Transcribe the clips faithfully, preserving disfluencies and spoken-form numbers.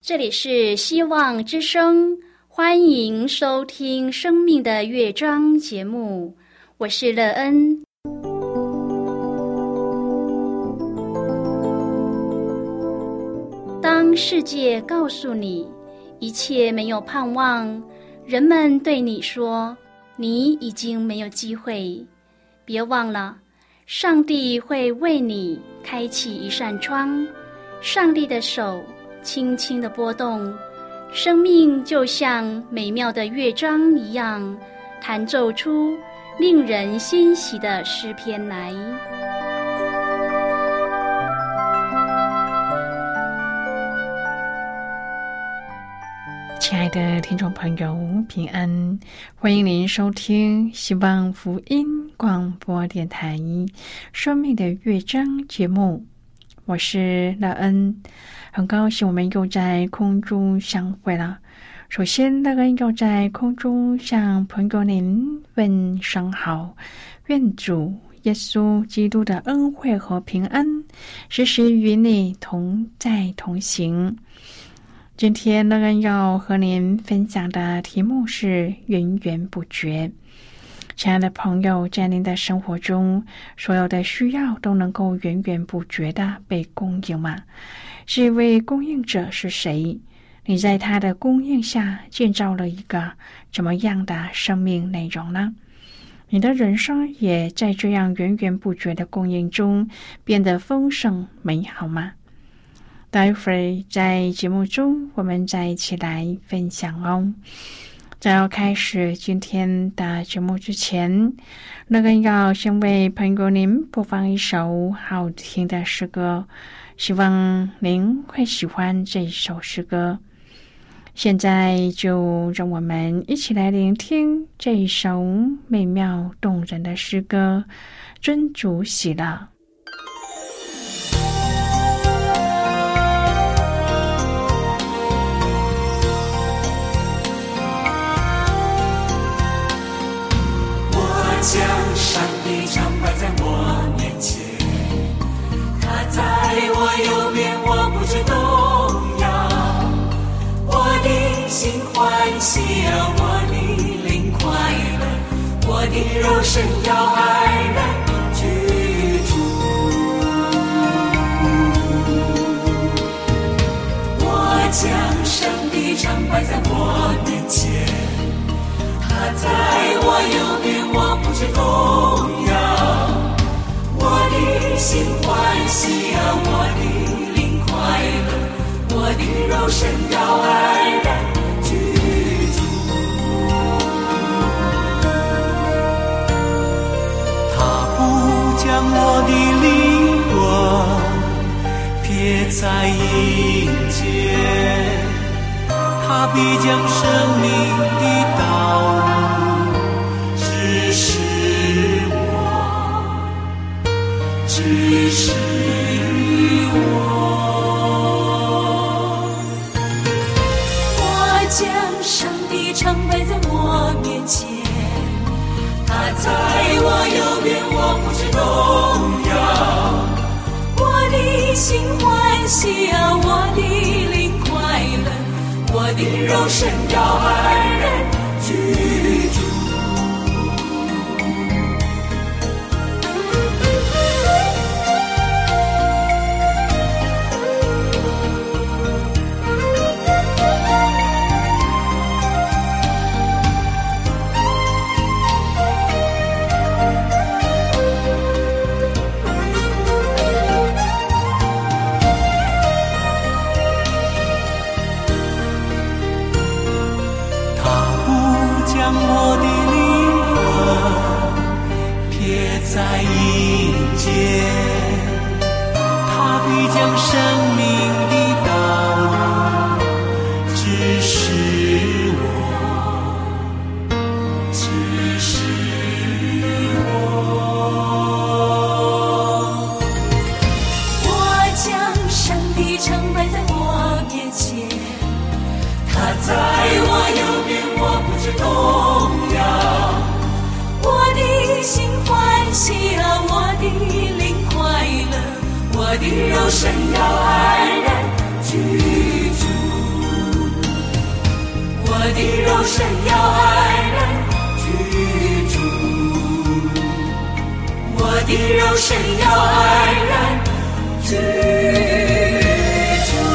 这里是希望之声，欢迎收听生命的乐章节目，我是乐恩。当世界告诉你一切没有盼望，人们对你说你已经没有机会，别忘了上帝会为你开启一扇窗，上帝的手轻轻地波动，生命就像美妙的乐章一样，弹奏出令人欣喜的诗篇来。 亲爱的听众朋友，平安，欢迎您收听希望福音广播电台生命的乐章节目，我是乐恩，很高兴我们又在空中相会了。首先，乐恩要在空中向朋友您问声好，愿主耶稣基督的恩惠和平安时时与你同在同行。今天乐恩要和您分享的题目是源源不绝。亲爱的朋友，在您的生活中，所有的需要都能够源源不绝地被供应吗？是一位供应者是谁？你在他的供应下建造了一个怎么样的生命内容呢？你的人生也在这样源源不绝的供应中变得丰盛美好吗？待会儿在节目中我们再一起来分享哦。在要开始今天的节目之前，乐恩要先为朋友您播放一首好听的诗歌，希望您会喜欢这首诗歌。现在就让我们一起来聆听这一首美妙动人的诗歌，尊主喜乐。 将上帝常摆在我面前，他在我右边，我不知动摇。我的心欢喜啊，我的灵快乐，我的肉身要安然居住。我将上帝常摆在我面前，他在我右边，我不知动摇。我的心欢喜啊，我的灵快乐，我的肉身要安然居住。他不将我的灵魂撇在阴间，他必将生命的道路指示我，指示我。我将上帝常摆在我面前，他在我右边，我不知动摇。我的心欢喜啊，我的灵快乐，我的肉身要安然居住。在阴间，他必将生命的道路指示我，指示我。我将上帝常摆在我面前，他在我右边，我不知动摇。我的心欢喜啊，我的灵快乐，我的肉身要安然居住。 的肉身要安然居住，我的肉身要安然居住。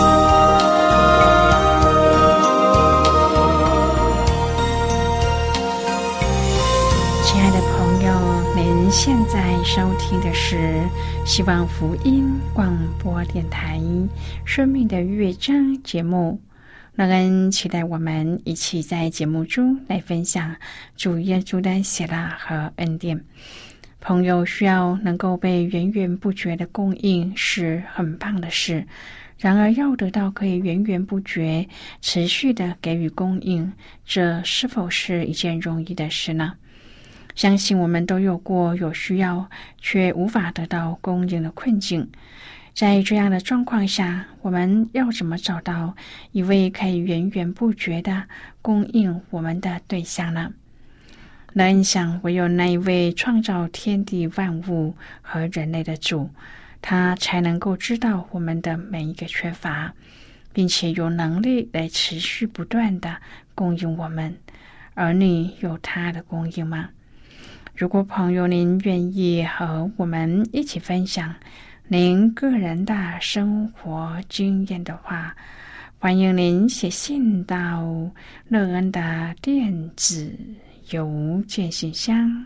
亲爱的朋友，您现在收听的是希望福音广播电台生命的乐章节目。乐恩期待我们一起在节目中来分享主耶稣的喜乐和恩典。朋友需要能够被源源不绝的供应是很棒的事，然而要得到可以源源不绝持续的给予供应，这是否是一件容易的事呢？相信我们都有过有需要却无法得到供应的困境。在这样的状况下，我们要怎么找到一位可以源源不绝的供应我们的对象呢？人想，唯有那一位创造天地万物和人类的主，他才能够知道我们的每一个缺乏，并且有能力来持续不断的供应我们。而你有他的供应吗？如果朋友您愿意和我们一起分享您个人的生活经验的话，欢迎您写信到乐恩的电子邮件信箱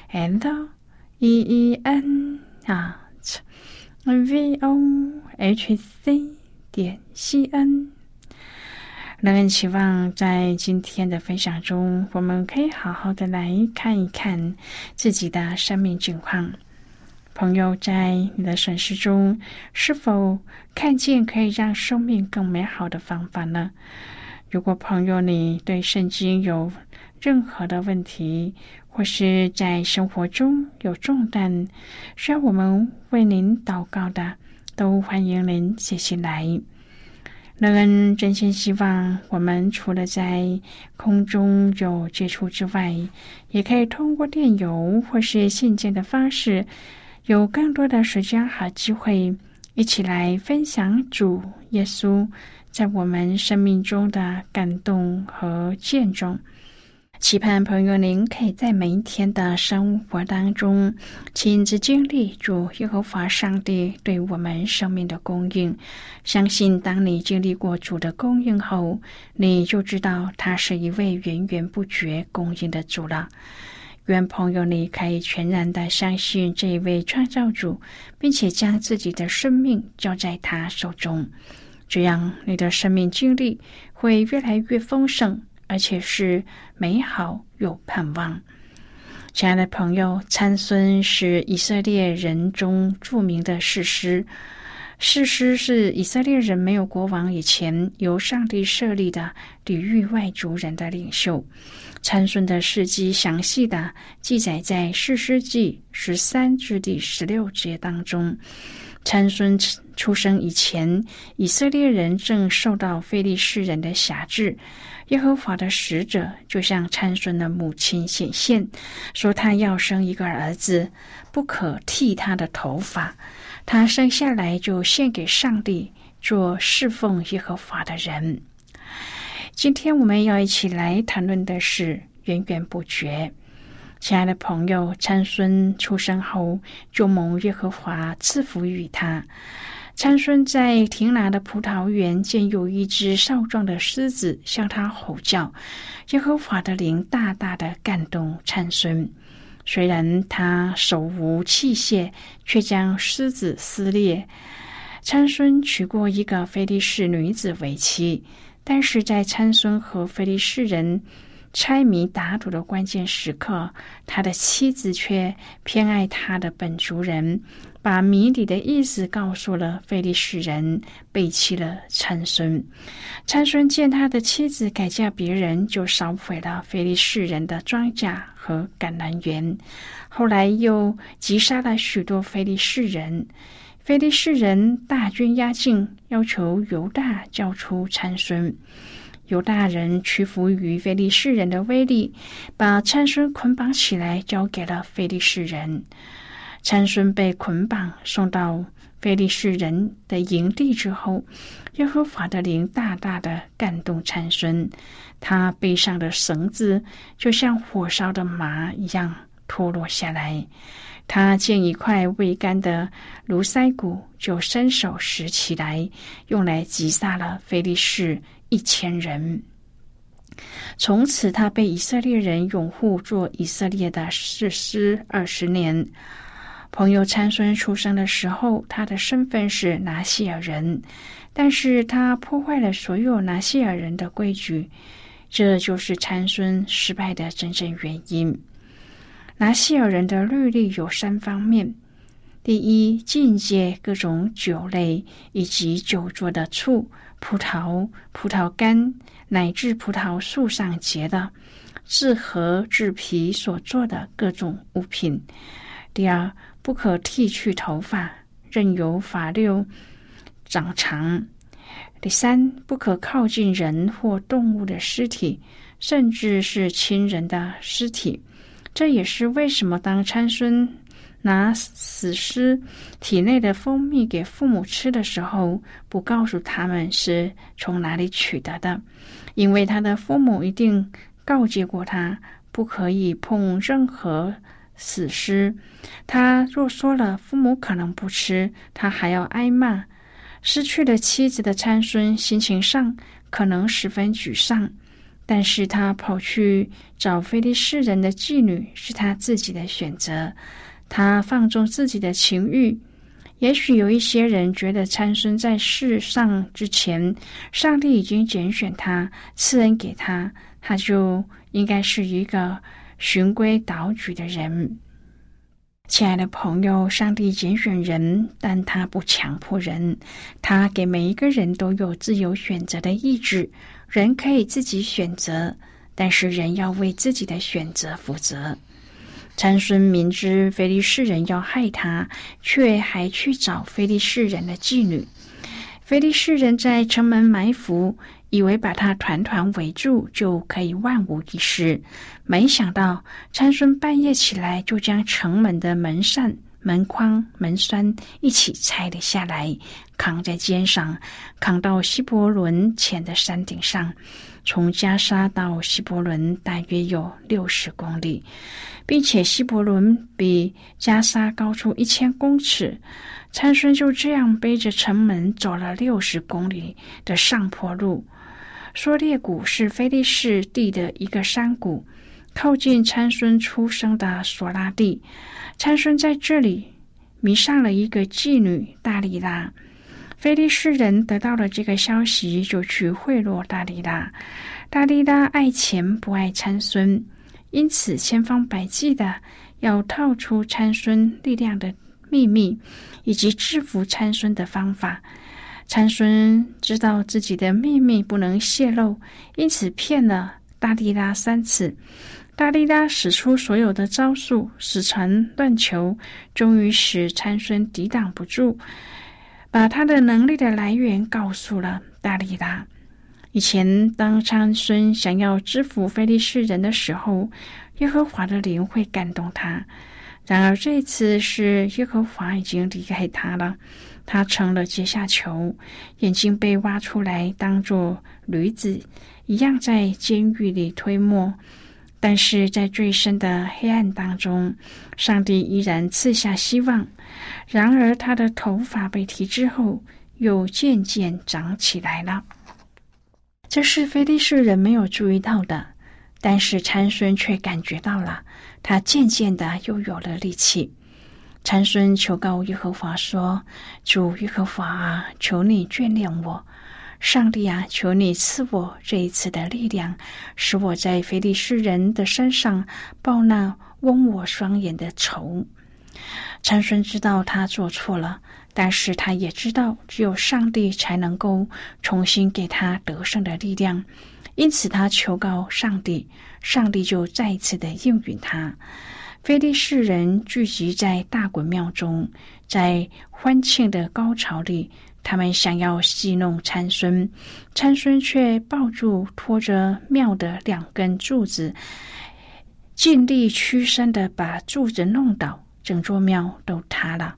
l e e n at v o h c 点 c n。乐恩期望在今天的分享中，我们可以好好的来看一看自己的生命境况。朋友，在你的审视中，是否看见可以让生命更美好的方法呢？如果朋友你对圣经有任何的问题，或是在生活中有重担，需要我们为您祷告的，都欢迎您写信来。乐恩真心希望我们除了在空中有接触之外，也可以通过电邮或是信件的方式，有更多的时间和机会一起来分享主耶稣在我们生命中的感动和见证。期盼朋友您可以在每一天的生活当中亲自经历主耶和华上帝对我们生命的供应。相信当你经历过主的供应后，你就知道他是一位源源不绝供应的主了。愿朋友你可以全然的相信这一位创造主，并且将自己的生命交在他手中，这样你的生命经历会越来越丰盛，而且是美好有盼望。亲爱的朋友，参孙是以色列人中著名的士师。士师是以色列人没有国王以前由上帝设立的抵御外族人的领袖。参孙的事迹详细的记载在士师记十三至第十六节当中。参孙出生以前，以色列人正受到非利士人的辖制。耶和华的使者就向参孙的母亲显现，说他要生一个儿子，不可剃他的头发，他生下来就献给上帝，做侍奉耶和华的人。今天我们要一起来谈论的是源源不绝。亲爱的朋友，参孙出生后就蒙耶和华赐福于他。参孙在亭拿的葡萄园见有一只少壮的狮子向他吼叫，耶和华的灵大大的感动参孙。虽然他手无器械，却将狮子撕裂。参孙娶过一个非利士女子为妻，但是在参孙和非利士人拆迷打赌的关键时刻，他的妻子却偏爱他的本族人，把谜底的意思告诉了非利士人，背弃了参孙。参孙见他的妻子改嫁别人，就烧毁了非利士人的庄稼和橄榄园，后来又击杀了许多非利士人。非利士人大军压境，要求犹大交出参孙。犹大人屈服于非利士人的威力，把参孙捆绑起来交给了非利士人。参孙被捆绑送到非利士人的营地之后，耶和华的灵大大的感动参孙，他背上的绳子就像火烧的麻一样脱落下来。他见一块未干的卢塞谷，就伸手拾起来，用来击杀了非利士一千人。从此他被以色列人拥护，做以色列的士师二十年。朋友参孙出生的时候，他的身份是拿西尔人，但是他破坏了所有拿西尔人的规矩，这就是参孙失败的真正原因。拿西尔人的律例有三方面：第一，禁戒各种酒类以及酒做的醋、葡萄、葡萄干乃至葡萄树上结的制核制皮所做的各种物品；第二，不可剃去头发，任由发溜长长；第三，不可靠近人或动物的尸体，甚至是亲人的尸体。这也是为什么当参孙拿死尸体内的蜂蜜给父母吃的时候，不告诉他们是从哪里取得的，因为他的父母一定告诫过他，不可以碰任何死尸。他若说了，父母可能不吃，他还要挨骂。失去了妻子的参孙心情上可能十分沮丧，但是他跑去找非利士人的妓女是他自己的选择，他放纵自己的情欲。也许有一些人觉得参孙在世上之前，上帝已经拣选他，赐恩给他，他就应该是一个循规蹈矩的人。亲爱的朋友，上帝拣选人，但他不强迫人，他给每一个人都有自由选择的意志，人可以自己选择，但是人要为自己的选择负责。参孙明知非利士人要害他，却还去找非利士人的妓女。非利士人在城门埋伏，以为把他团团围住就可以万无一失，没想到参孙半夜起来，就将城门的门扇、门框、门栓一起拆了下来，扛在肩上，扛到希伯伦前的山顶上。从加沙到希伯伦大约有六十公里，并且希伯伦比加沙高出一千公尺。参孙就这样背着城门走了六十公里的上坡路。梭列谷是非利士地的一个山谷，靠近参孙出生的索拉地。参孙在这里迷上了一个妓女大利拉。非利士人得到了这个消息，就去贿赂大利拉。大利拉爱钱不爱参孙，因此千方百计的要套出参孙力量的秘密，以及制服参孙的方法。参孙知道自己的秘密不能泄露，因此骗了大利拉三次。大利拉使出所有的招数，使船乱求，终于使参孙抵挡不住，把他的能力的来源告诉了大利拉。以前当参孙想要制服非利士人的时候，耶和华的灵会感动他。然而这次是耶和华已经离开他了，他成了阶下囚，眼睛被挖出来当作驴子一样在监狱里推磨。但是在最深的黑暗当中，上帝依然赐下希望。然而他的头发被剃之后，又渐渐长起来了。这是非利士人没有注意到的，但是参孙却感觉到了，他渐渐的又有了力气。参孙求告耶和华说：主耶和华啊，求你眷恋我。上帝啊，求你赐我这一次的力量，使我在非利士人的身上报那剜我双眼的仇。参孙知道他做错了，但是他也知道只有上帝才能够重新给他得胜的力量，因此他求告上帝，上帝就再一次的应允他。非利士人聚集在大衮庙中，在欢庆的高潮里，他们想要戏弄参孙，参孙却抱住拖着庙的两根柱子，尽力屈身的把柱子弄倒，整座庙都塌了。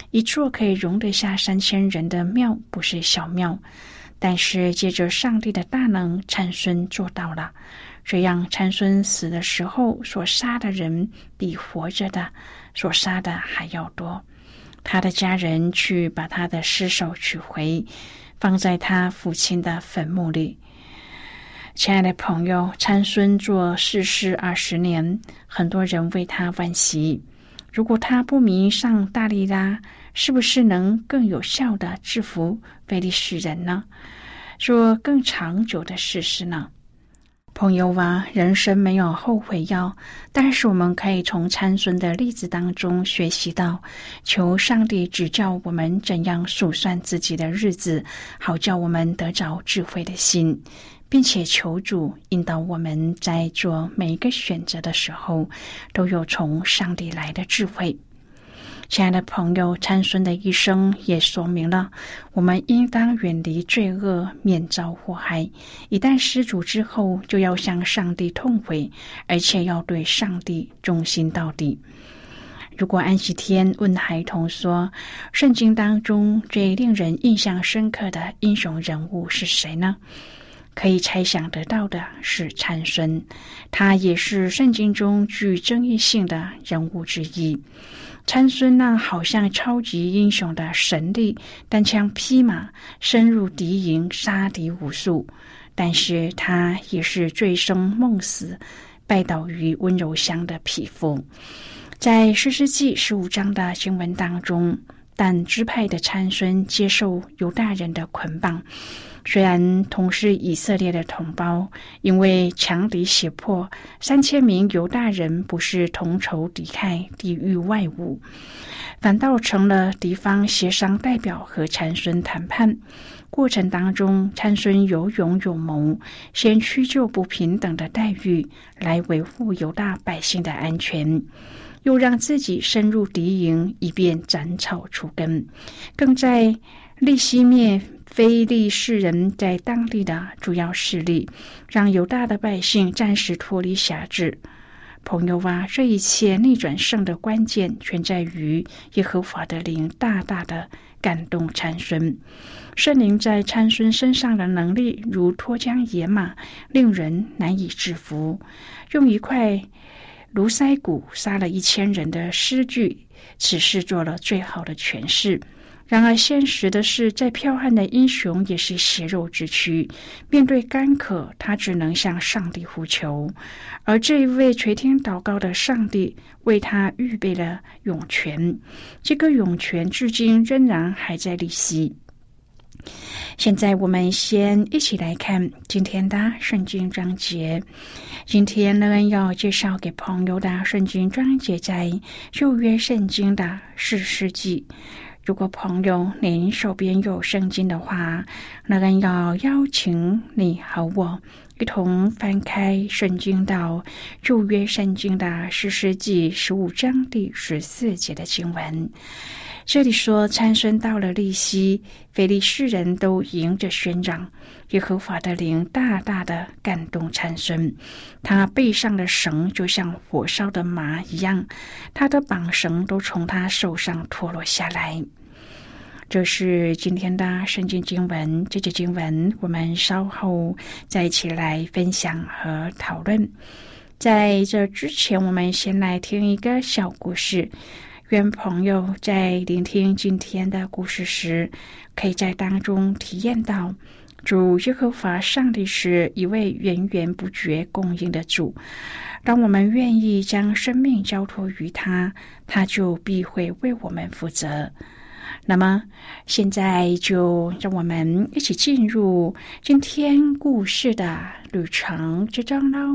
一座可以容得下三千人的庙不是小庙，但是借着上帝的大能，参孙做到了。这样参孙死的时候所杀的人比活着的所杀的还要多。他的家人去把他的尸首取回，放在他父亲的坟墓里。亲爱的朋友，参孙做士师二十年，很多人为他惋惜。如果他不迷上大利拉，是不是能更有效地制服非利士人呢？做更长久的士师呢？朋友啊，人生没有后悔药，但是我们可以从参孙的例子当中学习到，求上帝指教我们怎样数算自己的日子，好叫我们得着智慧的心，并且求主引导我们在做每一个选择的时候，都有从上帝来的智慧。亲爱的朋友，参孙的一生也说明了我们应当远离罪恶，免遭祸害。一旦失足之后，就要向上帝痛悔，而且要对上帝忠心到底。如果安息天问孩童说，圣经当中最令人印象深刻的英雄人物是谁呢？可以猜想得到的是参孙，他也是圣经中具争议性的人物之一。参孙那好像超级英雄的神力，单枪匹马深入敌营，杀敌无数，但是他也是醉生梦死，拜倒于温柔乡的匹夫。在士师记十五章的经文当中，但支派的参孙接受犹大人的捆绑，虽然同是以色列的同胞，因为强敌胁迫，三千名犹大人不是同仇敌忾，地狱外侮，反倒成了敌方协商代表和参孙谈判。过程当中，参孙有勇有谋，先屈就不平等的待遇，来维护犹大百姓的安全，又让自己深入敌营，以便斩草除根，更在利西灭非利士人在当地的主要势力，让犹大的百姓暂时脱离辖制。朋友啊，这一切逆转胜的关键全在于耶和华的灵大大的感动参孙。圣灵在参孙身上的能力如脱缰野马，令人难以制服。用一块卢塞骨杀了一千人的诗句，此事做了最好的诠释。然而现实的是，再剽悍的英雄也是血肉之躯，面对干渴，他只能向上帝呼求，而这一位垂听祷告的上帝为他预备了涌泉，这个涌泉至今仍然还在利息。现在我们先一起来看今天的圣经章节。今天呢，要介绍给朋友的圣经章节在旧约圣经的士师记。如果朋友您手边有圣经的话，那人要邀请你和我一同翻开圣经到旧约圣经的士师记十五章第十四节的经文。这里说，参孙到了利西，非利士人都迎着宣嚷，耶和华的灵大大的感动参孙，他背上的绳就像火烧的麻一样，他的绑绳都从他手上脱落下来。这是今天的圣经经文，这节经文我们稍后再一起来分享和讨论。在这之前，我们先来听一个小故事。愿朋友在聆听今天的故事时，可以在当中体验到主耶和华上帝是一位源源不绝供应的主。当我们愿意将生命交托于他，他就必会为我们负责。那么现在就让我们一起进入今天故事的旅程之中喽。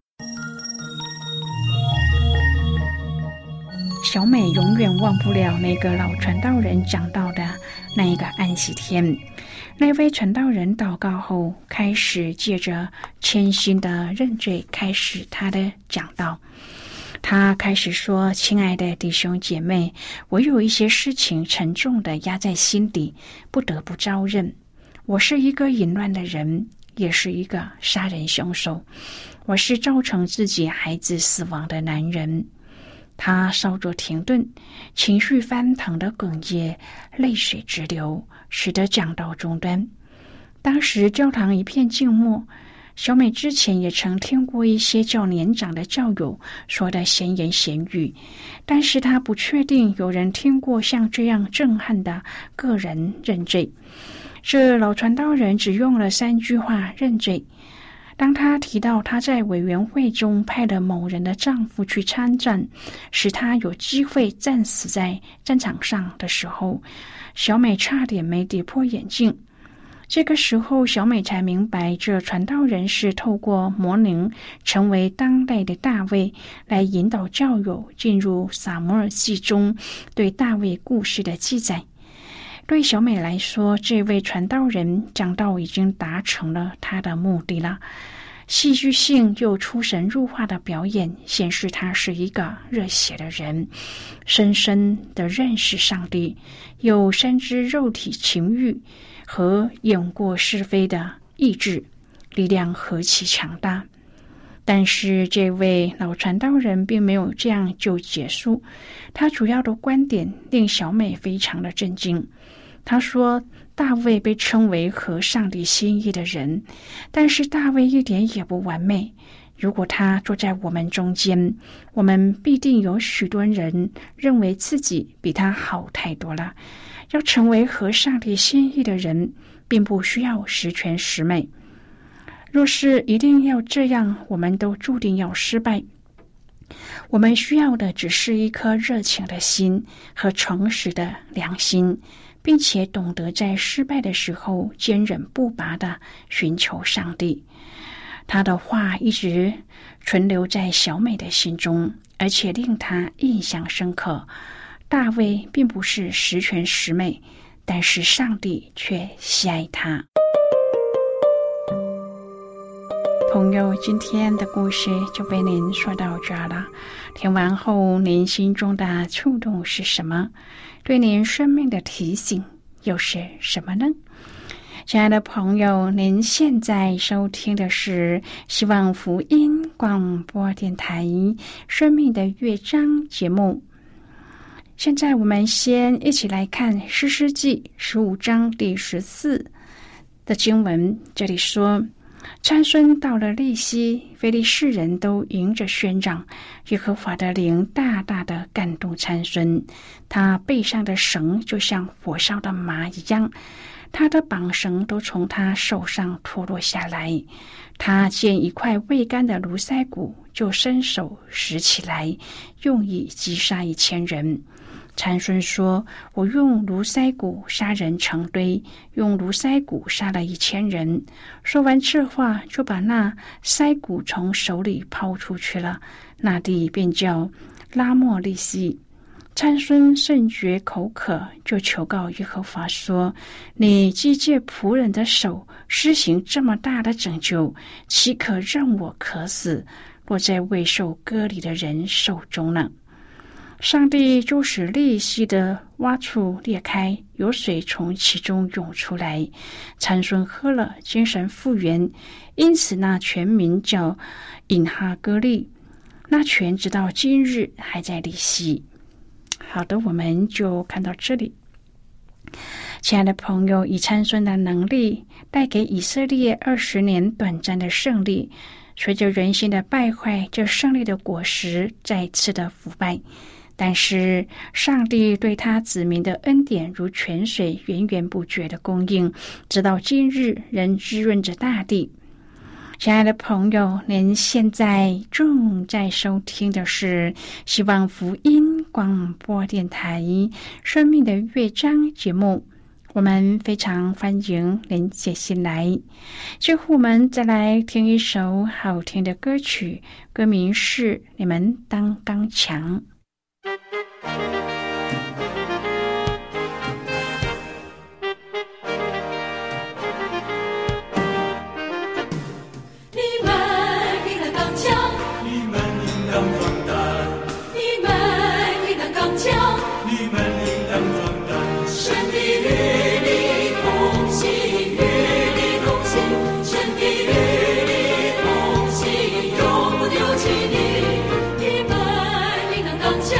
小美永远忘不了那个老传道人讲到的那一个安息天。那位传道人祷告后，开始借着谦心的认罪开始他的讲道。他开始说，亲爱的弟兄姐妹，我有一些事情沉重的压在心底，不得不招认。我是一个淫乱的人，也是一个杀人凶手。我是造成自己孩子死亡的男人。 他稍作停顿，情绪翻腾的哽咽，泪水直流，使得讲道中断。当时教堂一片静默，小美之前也曾听过一些较年长的教友说的闲言闲语，但是她不确定有人听过像这样震撼的个人认罪。这老传道人只用了三句话认罪。当他提到他在委员会中派了某人的丈夫去参战，使他有机会战死在战场上的时候，小美差点没跌破眼镜。这个时候，小美才明白，这传道人是透过模拟成为当代的大卫，来引导教友进入撒母耳记中对大卫故事的记载。对小美来说，这位传道人讲道已经达成了他的目的了。戏剧性又出神入化的表演，显示他是一个热血的人，深深地认识上帝，又深知肉体情欲和掩过是非的意志，力量何其强大。但是这位老传道人并没有这样就结束，他主要的观点令小美非常的震惊。他说，大卫被称为合上帝心意的人，但是大卫一点也不完美。如果他坐在我们中间，我们必定有许多人认为自己比他好太多了。要成为合上帝心意的人，并不需要十全十美。若是一定要这样，我们都注定要失败。我们需要的只是一颗热情的心和诚实的良心，并且懂得在失败的时候坚韧不拔地寻求上帝。他的话一直存留在小美的心中，而且令她印象深刻。大卫并不是十全十美，但是上帝却喜爱他。朋友，今天的故事就被您说到这儿了。听完后，您心中的触动是什么？对您生命的提醒又是什么呢？亲爱的朋友，您现在收听的是希望福音广播电台生命的乐章节目。现在我们先一起来看士师记十五章第十四的经文。这里说，参孙到了利希，非利士人都迎着宣嚷，耶和华的灵大大的感动参孙，他背上的绳就像火烧的麻一样，他的绑绳都从他手上脱落下来。他见一块未干的卢塞骨，就伸手拾起来，用以击杀一千人。参孙说，我用卢塞骨杀人成堆，用卢塞骨杀了一千人。说完这话，就把那塞骨从手里抛出去了，那地便叫拉莫利西。参孙甚觉口渴，就求告耶和华说，你既借仆人的手施行这么大的拯救，岂可任我渴死，落在未受割礼的人手中呢？上帝就使利希的洼处裂开，有水从其中涌出来，参孙喝了，精神复原，因此那泉名叫隐哈歌利，那泉直到今日还在利希。好的，我们就看到这里。亲爱的朋友，以参孙的能力带给以色列二十年短暂的胜利，随着人心的败坏，这胜利的果实再次的腐败。但是上帝对他子民的恩典如泉水源源不绝的供应，直到今日仍滋润着大地。亲爱的朋友，您现在正在收听的是希望福音广播电台生命的乐章节目，我们非常欢迎您写信来。最后我们再来听一首好听的歌曲，歌名是你们当刚强。 你们应当刚强。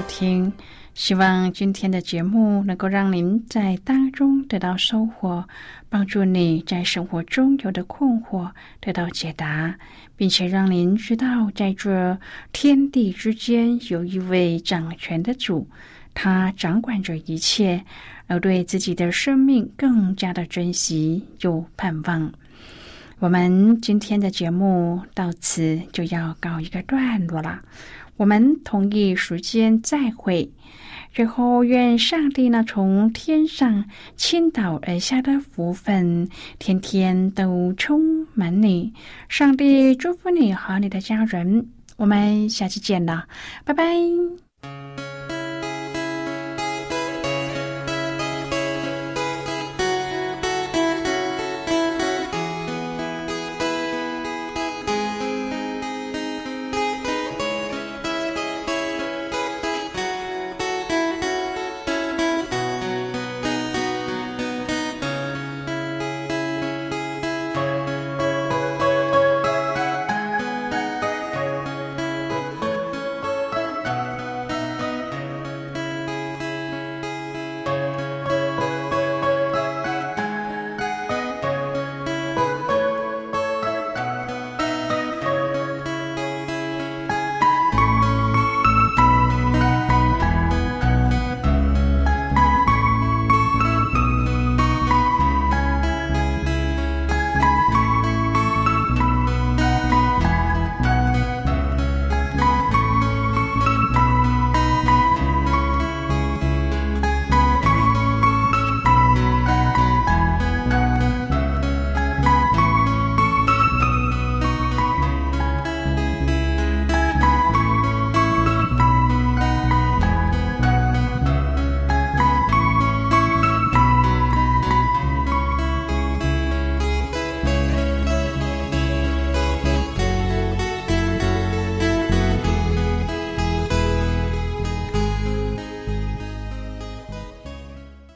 听，希望今天的节目能够让您在当中得到收获，帮助你在生活中有的困惑得到解答，并且让您知道在这天地之间有一位掌权的主，他掌管着一切，而对自己的生命更加的珍惜又盼望。我们今天的节目到此就要告一个段落了，我们同一时间再会。最后愿上帝呢从天上倾倒而下的福分天天都充满你。上帝祝福你和你的家人，我们下期见了，拜拜。